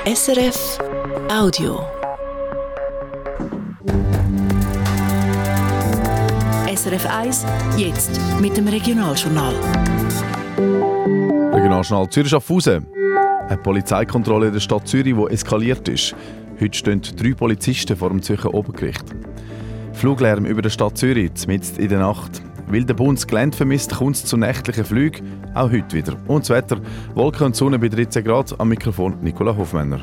SRF Audio. SRF 1, jetzt mit dem Regionaljournal. Regionaljournal Zürich-Schaffhausen. Eine Polizeikontrolle in der Stadt Zürich, die eskaliert ist. Heute stehen 3 Polizisten vor dem Zürcher Obergericht. Fluglärm über der Stadt Zürich, mitten in der Nacht. Weil der Bund das Gelände vermisst, kommt es zu nächtlichen Flügen, auch heute wieder. Und das Wetter, Wolken und Sonne bei 13 Grad, am Mikrofon Nicola Hofmänner.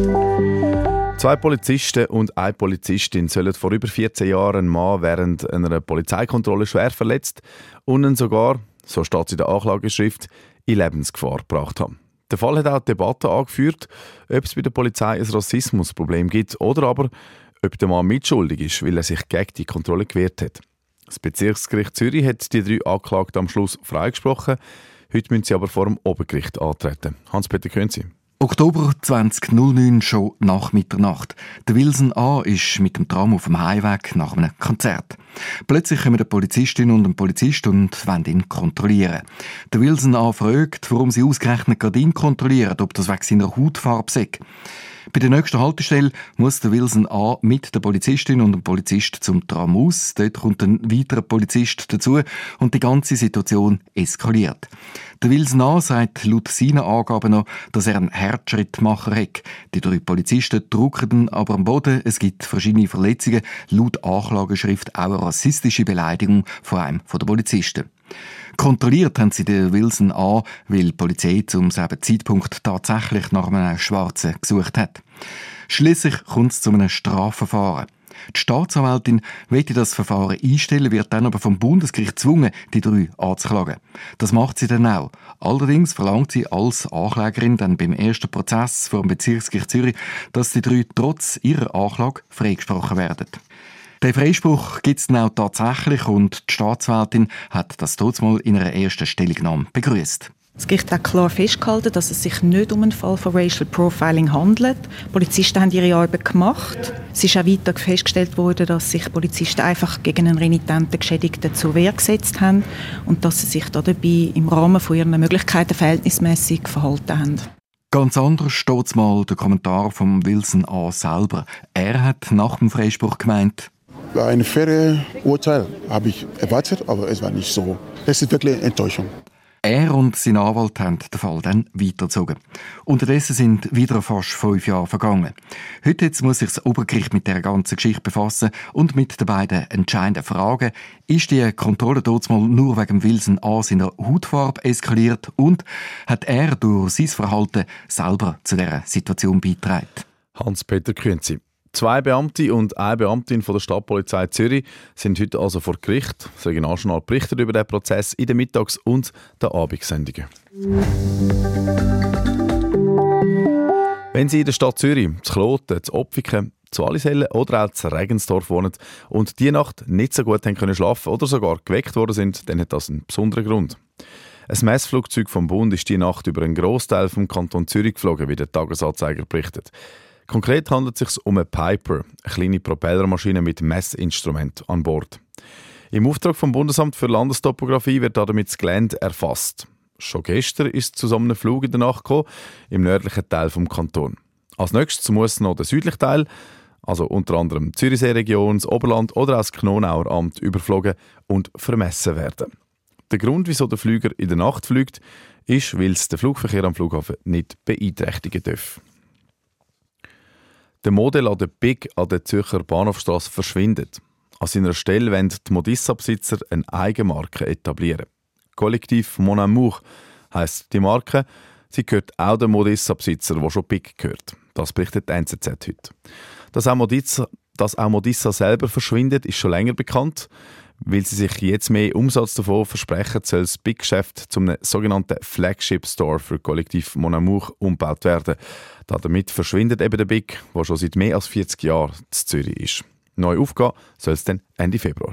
2 Polizisten und eine Polizistin sollen vor über 14 Jahren einen Mann während einer Polizeikontrolle schwer verletzt und ihn sogar, so steht es in der Anklageschrift, in Lebensgefahr gebracht haben. Der Fall hat auch die Debatte angeführt, ob es bei der Polizei ein Rassismusproblem gibt oder aber, ob der Mann mitschuldig ist, weil er sich gegen die Kontrolle gewehrt hat. Das Bezirksgericht Zürich hat die 3 Anklagten am Schluss freigesprochen. Heute müssen sie aber vor dem Obergericht antreten. Hans-Peter Könzi. Oktober 2009, schon nach Mitternacht. Der Wilson A. ist mit dem Tram auf dem Heimweg nach einem Konzert. Plötzlich kommen eine Polizistin und ein Polizist und wollen ihn kontrollieren. Der Wilson A. fragt, warum sie ausgerechnet gerade ihn kontrollieren, ob das wegen seiner Hautfarbe sei. Bei der nächsten Haltestelle muss der Wilson A. mit der Polizistin und dem Polizist zum Tram aus. Dort kommt ein weiterer Polizist dazu und die ganze Situation eskaliert. Der Wilson A. sagt laut seinen Angaben noch, dass er einen Herzschrittmacher hat. Die 3 Polizisten drücken ihn aber am Boden. Es gibt verschiedene Verletzungen. Laut Anklageschrift auch eine rassistische Beleidigung von einem der Polizisten. Kontrolliert haben sie den Wilson A., weil die Polizei zum selben Zeitpunkt tatsächlich nach einem Schwarzen gesucht hat. Schliesslich kommt es zu einem Strafverfahren. Die Staatsanwältin möchte das Verfahren einstellen, wird dann aber vom Bundesgericht gezwungen, die 3 anzuklagen. Das macht sie dann auch. Allerdings verlangt sie als Anklägerin dann beim ersten Prozess vor dem Bezirksgericht Zürich, dass die 3 trotz ihrer Anklage freigesprochen werden. Den Freispruch gibt es dann auch tatsächlich und die Staatsanwältin hat das trotzdem in einer ersten Stellungnahme begrüßt. Das Gericht hat klar festgehalten, dass es sich nicht um einen Fall von Racial Profiling handelt. Die Polizisten haben ihre Arbeit gemacht. Es ist auch weiter festgestellt worden, dass sich Polizisten einfach gegen einen renitenten Geschädigten zur Wehr gesetzt haben und dass sie sich dabei im Rahmen von ihren Möglichkeiten verhältnismäßig verhalten haben. Ganz anders steht mal der Kommentar von Wilson A. selber. Er hat nach dem Freispruch gemeint: Ein faires Urteil habe ich erwartet, aber es war nicht so. Es ist wirklich eine Enttäuschung. Er und sein Anwalt haben den Fall dann weitergezogen. Unterdessen sind wieder fast 5 Jahre vergangen. Heute jetzt muss sich das Obergericht mit der ganzen Geschichte befassen und mit den beiden entscheidenden Fragen: Ist die Kontrolle dort mal nur wegen Wilson A. seiner Hautfarbe eskaliert und hat er durch sein Verhalten selber zu dieser Situation beigetragen? Hans-Peter Künzi. 2 Beamte und eine Beamtin von der Stadtpolizei Zürich sind heute also vor Gericht. Das Regionaljournal berichtet über den Prozess in den Mittags- und den Abendsendungen. Wenn Sie in der Stadt Zürich, zu Kloten, zu Opfiken, zu Wallisellen oder auch zu Regensdorf wohnen und die Nacht nicht so gut können schlafen oder sogar geweckt worden sind, dann hat das einen besonderen Grund. Ein Messflugzeug vom Bund ist die Nacht über einen Grossteil vom Kanton Zürich geflogen, wie der Tagesanzeiger berichtet. Konkret handelt es sich um eine Piper, eine kleine Propellermaschine mit Messinstrument an Bord. Im Auftrag vom Bundesamt für Landestopographie wird damit das Gelände erfasst. Schon gestern ist es zu so einem Flug in der Nacht gekommen, im nördlichen Teil des Kantons. Als nächstes muss noch der südliche Teil, also unter anderem die Zürichsee-Region, das Oberland oder auch das Knonauer Amt überflogen und vermessen werden. Der Grund, wieso der Flüger in der Nacht fliegt, ist, weil es den Flugverkehr am Flughafen nicht beeinträchtigen darf. Der Modeladen Big an der Zürcher Bahnhofstrasse verschwindet. An seiner Stelle wollen die Modissa-Besitzer eine Eigenmarke etablieren. Kollektiv Mon Amour heisst die Marke. Sie gehört auch dem Modissa-Besitzer, der schon Big gehört. Das berichtet die NZZ heute. Dass auch Modissa selber verschwindet, ist schon länger bekannt. Weil sie sich jetzt mehr Umsatz davon versprechen, soll das Big-Geschäft zum sogenannten Flagship-Store für Kollektiv Mon Amour umgebaut werden. Damit verschwindet eben der Big, der schon seit mehr als 40 Jahren in Zürich ist. Neu aufgehen soll es dann Ende Februar.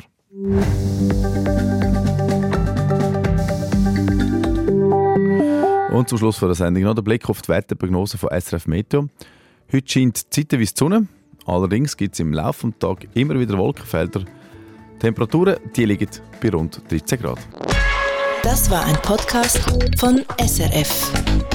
Und zum Schluss der Sendung noch der Blick auf die Wetterprognose von SRF Meteo. Heute scheint zeitweise die Sonne, allerdings gibt es im Laufe des Tages immer wieder Wolkenfelder. Die Temperaturen die liegen bei rund 13 Grad. Das war ein Podcast von SRF.